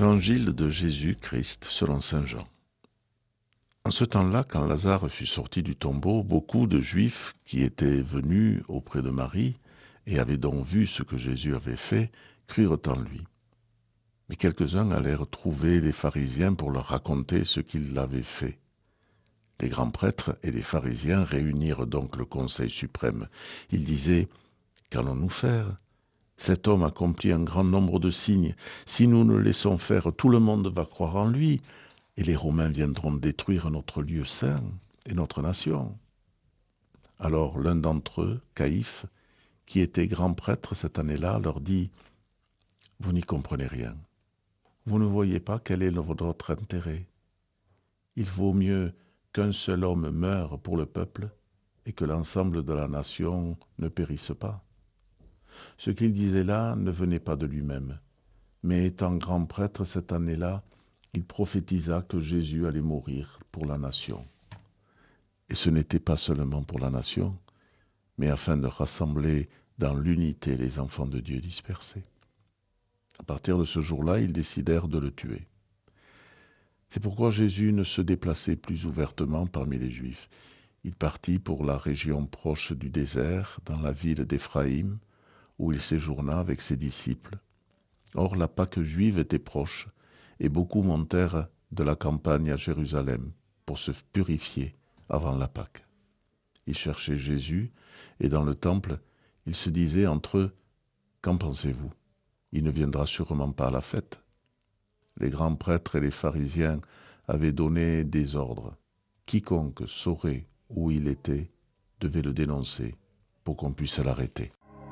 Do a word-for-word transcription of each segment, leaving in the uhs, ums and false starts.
Évangile de Jésus-Christ selon saint Jean. En ce temps-là, quand Lazare fut sorti du tombeau, beaucoup de Juifs qui étaient venus auprès de Marie et avaient donc vu ce que Jésus avait fait, crurent en lui. Mais quelques-uns allèrent trouver les pharisiens pour leur raconter ce qu'il avait fait. Les grands prêtres et les pharisiens réunirent donc le conseil suprême. Ils disaient « Qu'allons-nous faire ? Cet homme accomplit un grand nombre de signes. Si nous le laissons faire, tout le monde va croire en lui, et les Romains viendront détruire notre lieu saint et notre nation. » Alors l'un d'entre eux, Caïphe, qui était grand prêtre cette année-là, leur dit « Vous n'y comprenez rien. Vous ne voyez pas quel est votre intérêt. Il vaut mieux qu'un seul homme meure pour le peuple et que l'ensemble de la nation ne périsse pas. » Ce qu'il disait là ne venait pas de lui-même, mais étant grand prêtre cette année-là, il prophétisa que Jésus allait mourir pour la nation. Et ce n'était pas seulement pour la nation, mais afin de rassembler dans l'unité les enfants de Dieu dispersés. À partir de ce jour-là, ils décidèrent de le tuer. C'est pourquoi Jésus ne se déplaçait plus ouvertement parmi les Juifs. Il partit pour la région proche du désert, dans la ville d'Éphraïm, où il séjourna avec ses disciples. Or la Pâque juive était proche, et beaucoup montèrent de la campagne à Jérusalem pour se purifier avant la Pâque. Ils cherchaient Jésus, et dans le temple, ils se disaient entre eux « Qu'en pensez-vous ? Il ne viendra sûrement pas à la fête. » Les grands prêtres et les pharisiens avaient donné des ordres. Quiconque saurait où il était devait le dénoncer pour qu'on puisse l'arrêter.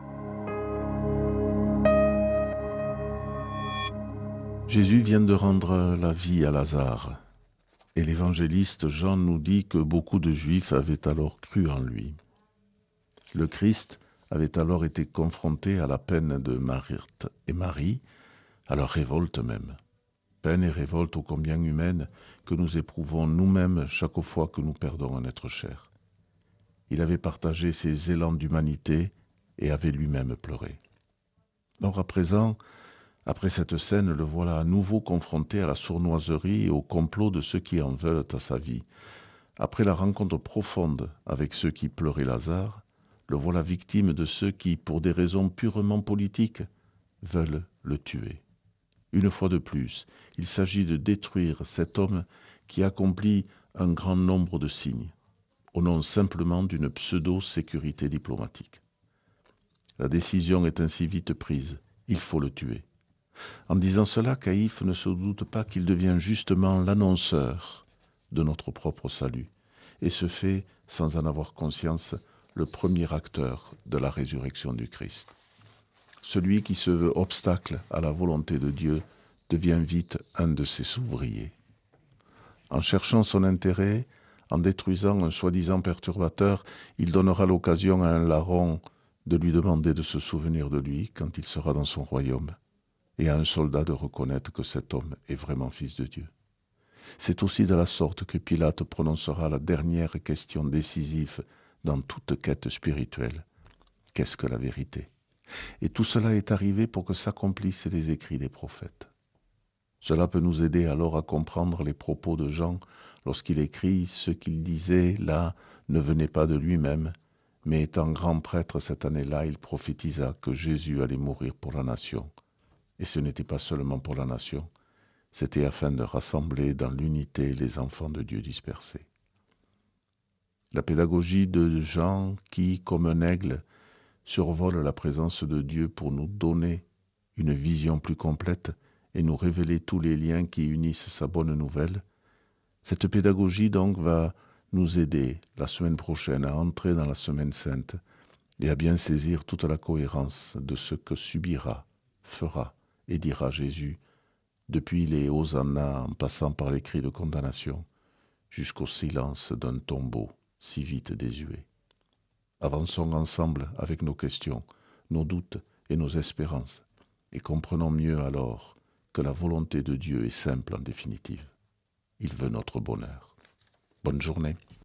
Jésus vient de rendre la vie à Lazare, et l'évangéliste Jean nous dit que beaucoup de Juifs avaient alors cru en lui. Le Christ avait alors été confronté à la peine de Marthe et Marie, à leur révolte même. Peine et révolte ô combien humaine que nous éprouvons nous-mêmes chaque fois que nous perdons un être cher. Il avait partagé ses élans d'humanité et avait lui-même pleuré. Or à présent, après cette scène, le voilà à nouveau confronté à la sournoiserie et au complot de ceux qui en veulent à sa vie. Après la rencontre profonde avec ceux qui pleuraient Lazare, le voilà victime de ceux qui, pour des raisons purement politiques, veulent le tuer. Une fois de plus, il s'agit de détruire cet homme qui accomplit un grand nombre de signes, au nom simplement d'une pseudo-sécurité diplomatique. La décision est ainsi vite prise, il faut le tuer. En disant cela, Caïphe ne se doute pas qu'il devient justement l'annonceur de notre propre salut, et se fait, sans en avoir conscience, le premier acteur de la résurrection du Christ. Celui qui se veut obstacle à la volonté de Dieu devient vite un de ses ouvriers. En cherchant son intérêt, en détruisant un soi-disant perturbateur, il donnera l'occasion à un larron de lui demander de se souvenir de lui quand il sera dans son royaume, et à un soldat de reconnaître que cet homme est vraiment fils de Dieu. C'est aussi de la sorte que Pilate prononcera la dernière question décisive dans toute quête spirituelle. Qu'est-ce que la vérité ? Et tout cela est arrivé pour que s'accomplissent les écrits des prophètes. Cela peut nous aider alors à comprendre les propos de Jean lorsqu'il écrit « Ce qu'il disait là ne venait pas de lui-même, mais étant grand prêtre cette année-là, il prophétisa que Jésus allait mourir pour la nation. » Et ce n'était pas seulement pour la nation, c'était afin de rassembler dans l'unité les enfants de Dieu dispersés. La pédagogie de Jean qui, comme un aigle, survole la présence de Dieu pour nous donner une vision plus complète et nous révéler tous les liens qui unissent sa bonne nouvelle. Cette pédagogie donc va nous aider la semaine prochaine à entrer dans la Semaine Sainte et à bien saisir toute la cohérence de ce que subira, fera et dira Jésus depuis les Hosanna en passant par les cris de condamnation jusqu'au silence d'un tombeau si vite désuet. Avançons ensemble avec nos questions, nos doutes et nos espérances, et comprenons mieux alors que la volonté de Dieu est simple en définitive. Il veut notre bonheur. Bonne journée.